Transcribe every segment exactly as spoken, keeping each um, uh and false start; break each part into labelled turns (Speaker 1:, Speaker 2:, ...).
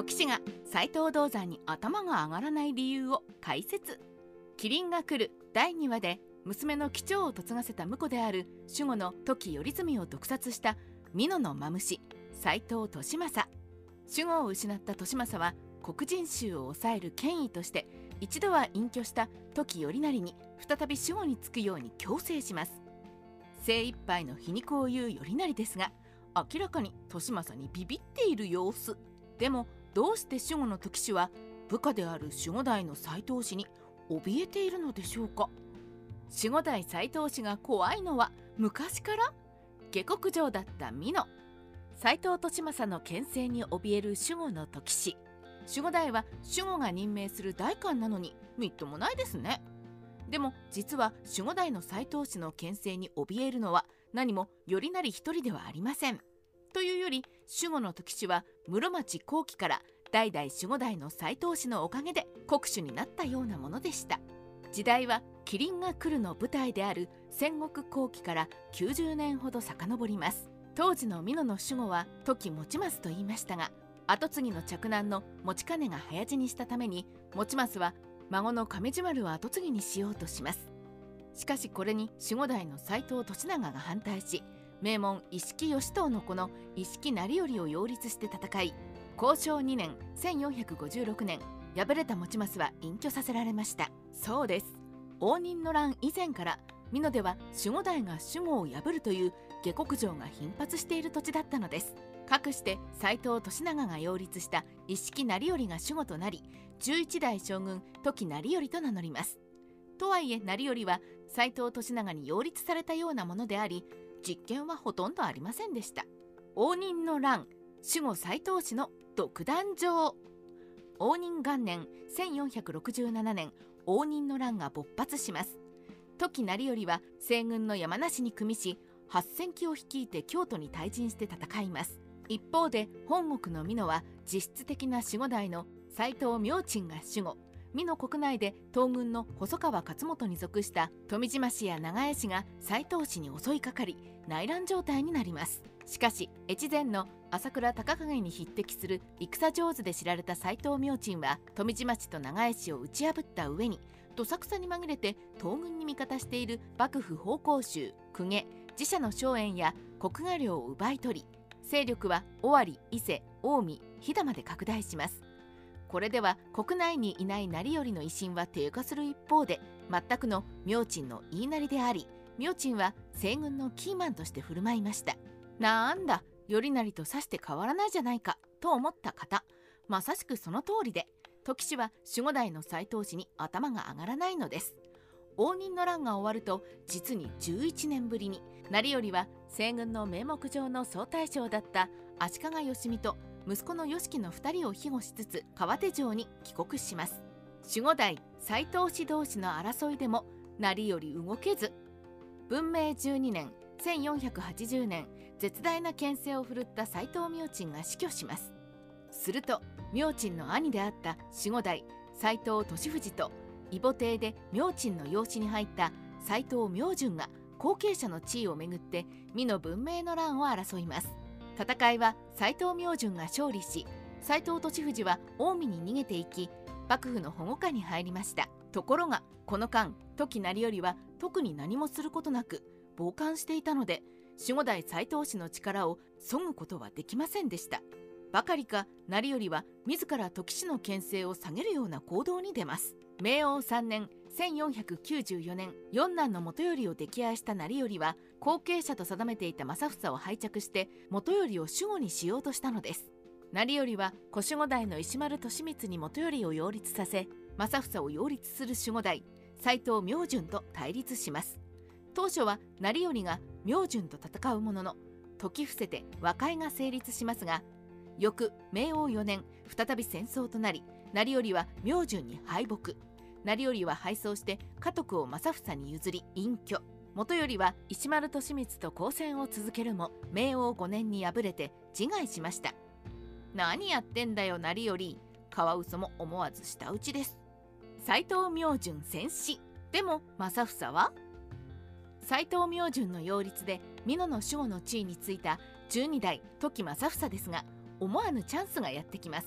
Speaker 1: 時氏が斎藤道山に頭が上がらない理由を解説。麒麟が来るだいにわで娘の帰長を嫁がせた婿である守護の時頼澄を毒殺した美濃のマムシ斎藤利政。守護を失った利政は黒人衆を抑える権威として一度は隠居した時頼成に再び守護につくように強制します。精一杯の皮肉を言う頼成ですが、明らかに利政にビビっている様子。でもどうして守護の時氏は部下である守護代の斎藤氏に怯えているのでしょうか。守護代斎藤氏が怖いのは昔から下克上だった美濃。斎藤利政の牽制に怯える守護の時氏。守護代は守護が任命する代官なのにみっともないですね。でも実は守護代の斎藤氏の牽制に怯えるのは何も頼成一人ではありません。というより守護の時氏は室町後期から代々守護代の斎藤氏のおかげで国主になったようなものでした。時代は麒麟が来るの舞台である戦国後期からきゅうじゅうねんほど遡ります。当時の美濃の守護は時持増と言いましたが、跡継ぎの嫡男の持兼が早死にしたために持増は孫の亀治丸を跡継ぎにしようとします。しかしこれに守護代の斎藤利長が反対し、名門一色義藤の子の一色成頼を擁立して戦い、交渉にねんせんよんひゃくごじゅうろくねん敗れた持増は隠居させられました。そうです、応仁の乱以前から美濃では守護代が守護を破るという下克上が頻発している土地だったのです。かくして斎藤利長が擁立した一色成頼が守護となり、じゅういちだい将軍時成頼と名乗ります。とはいえ成頼は斎藤利長に擁立されたようなものであり、実権はほとんどありませんでした。応仁の乱、守護斎藤氏の独壇場。応仁元年せんよんひゃくろくじゅうななねん、応仁の乱が勃発します。時成頼は西軍の山梨に組みし、はっせんきを率いて京都に退陣して戦います。一方で本国の美濃は実質的な守護代の斎藤明珍が守護、美濃国内で東軍の細川勝元に属した富島氏や長江氏が斎藤氏に襲いかかり内乱状態になります。しかし越前の朝倉孝景に匹敵する戦上手で知られた斎藤明珍は富島氏と長江氏を打ち破った上に、どさくさに紛れて東軍に味方している幕府奉公衆公家自社の荘園や国画領を奪い取り、勢力は尾張、伊勢、近江、飛騨まで拡大します。これでは国内にいない成頼の威信は低下する一方で、全くの明珍の言いなりであり、明珍は西軍のキーマンとして振る舞いました。なんだ頼成とさして変わらないじゃないかと思った方、まさしくその通りで、時氏は守護代の斎藤氏に頭が上がらないのです。応仁の乱が終わると実にじゅういちねんぶりに成頼は西軍の名目上の総大将だった足利義満と息子の義樹のふたりを庇護しつつ川手城に帰国します。守護代斎藤氏同士の争いでも成頼動けず、文明じゅうにねんせんよんひゃくはちじゅうねん、絶大な権勢を振るった斎藤明珍が死去します。すると明珍の兄であった守護代斎藤利藤と異母弟で明珍の養子に入った斎藤明順が後継者の地位をめぐって美濃文明の乱を争います。戦いは斎藤明順が勝利し、斎藤利藤は近江に逃げていき幕府の保護下に入りました。ところがこの間時成頼は特に何もすることなく傍観していたので、守護代斎藤氏の力を削ぐことはできませんでした。ばかりか成頼は自ら時氏の権勢を下げるような行動に出ます。明王さんねんせんよんひゃくきゅうじゅうよねん、四男の元頼を溺愛した成頼は後継者と定めていた正房を拝借して元頼を守護にしようとしたのです。成頼は小守護代の石丸利光に元頼を擁立させ、正房を擁立する守護代斎藤明順と対立します。当初は成頼が明順と戦うものの、時伏せて和解が成立しますが、翌明王よねん再び戦争となり、成頼は明順に敗北。成頼は敗走して家督を正房に譲り隠居。元頼は石丸利光と交戦を続けるも明王ごねんに敗れて自害しました。何やってんだよ成頼、カワウソも思わず舌打ちです。斎藤明順戦死。でも正房は斎藤明順の擁立で美濃の守護の地位についたじゅうにだい時正房ですが、思わぬチャンスがやってきます。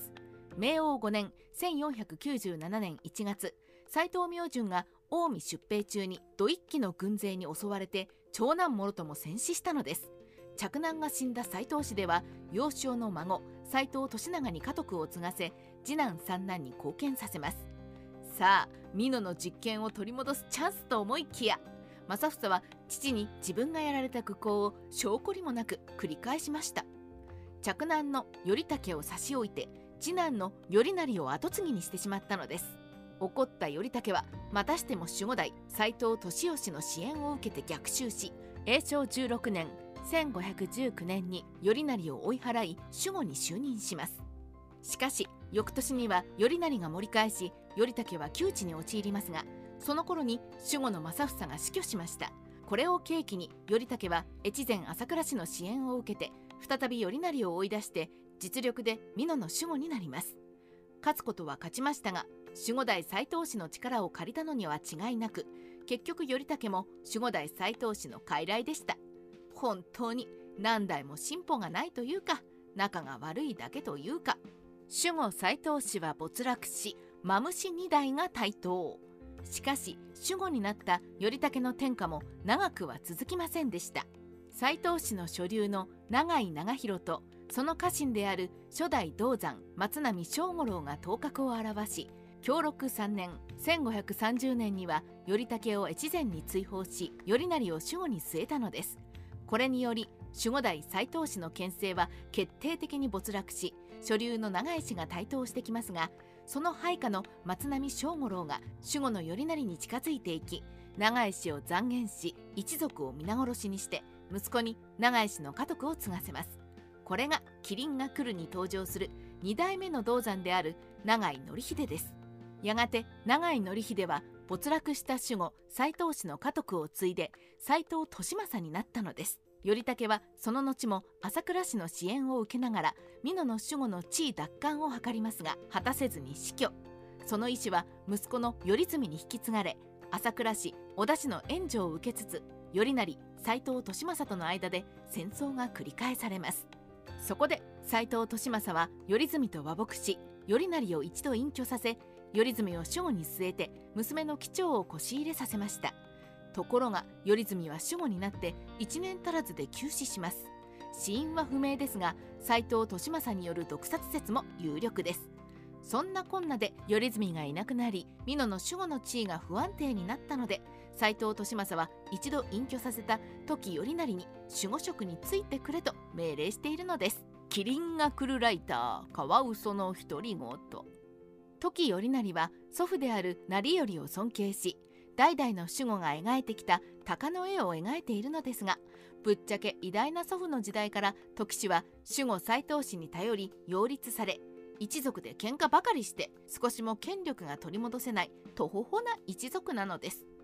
Speaker 1: 明王ごねんせんよんひゃくきゅうじゅうななねんいちがつ、斎藤明順が近江出兵中に土一揆の軍勢に襲われて長男もろとも戦死したのです。嫡男が死んだ斎藤氏では、幼少の孫斎藤利長に家督を継がせ、次男三男に貢献させます。さあ美濃の実権を取り戻すチャンスと思いきや、正房は父に自分がやられた愚行を証拠りもなく繰り返しました。嫡男の頼武を差し置いて、次男の頼成を跡継ぎにしてしまったのです。怒った頼武はまたしても守護代斎藤利義の支援を受けて逆襲し、永正じゅうろくねんせんごひゃくじゅうきゅうねんに頼成を追い払い守護に就任します。しかし翌年には頼成が盛り返し、頼武は窮地に陥りますが、その頃に守護の正房が死去しました。これを契機に頼武は越前朝倉氏の支援を受けて、再び頼成を追い出して実力で美濃の守護になります。勝つことは勝ちましたが、守護代斎藤氏の力を借りたのには違いなく、結局頼武も守護代斎藤氏の傀儡でした。本当に何代も進歩がないというか、仲が悪いだけというか。守護斎藤氏は没落し、マムシに代が台頭。しかし守護になった頼武の天下も長くは続きませんでした。斎藤氏の所流の永井長弘と、その家臣である初代銅山松波正五郎が頭角を現し、享禄さんねんせんごひゃくさんじゅうねんには頼武を越前に追放し、頼成を守護に据えたのです。これにより守護代斎藤氏の権勢は決定的に没落し、所流の長井氏が台頭してきますが、その配下の松波正五郎が守護の頼成に近づいていき、長井氏を讒言し、一族を皆殺しにして息子に長井氏の家督を継がせます。これが麒麟が来るに登場するに代目の銅山である長井紀秀です。やがて長井紀秀は没落した守護斎藤氏の家督を継いで斎藤利政になったのです。頼武はその後も朝倉氏の支援を受けながら美濃の守護の地位奪還を図りますが、果たせずに死去。その意思は息子の頼純に引き継がれ、朝倉氏織田氏の援助を受けつつ、頼成斎藤利政との間で戦争が繰り返されます。そこで斎藤利政は頼純と和睦し、頼成を一度隠居させ、頼純を守護に据えて娘の帰長をこし入れさせました。ところが頼純は守護になっていちねん足らずで急死します。死因は不明ですが、斎藤利政による毒殺説も有力です。そんなこんなで頼純がいなくなり、美濃の守護の地位が不安定になったので、斎藤利政は一度隠居させた時頼成に守護職についてくれと命令しているのです。麒麟が来るライター、カワウソの独り言。時頼成は祖父である成頼を尊敬し、代々の守護が描いてきた鷹の絵を描いているのですが、ぶっちゃけ偉大な祖父の時代から時氏は守護斎藤氏に頼り擁立され、一族で喧嘩ばかりして少しも権力が取り戻せないとほほな一族なのです。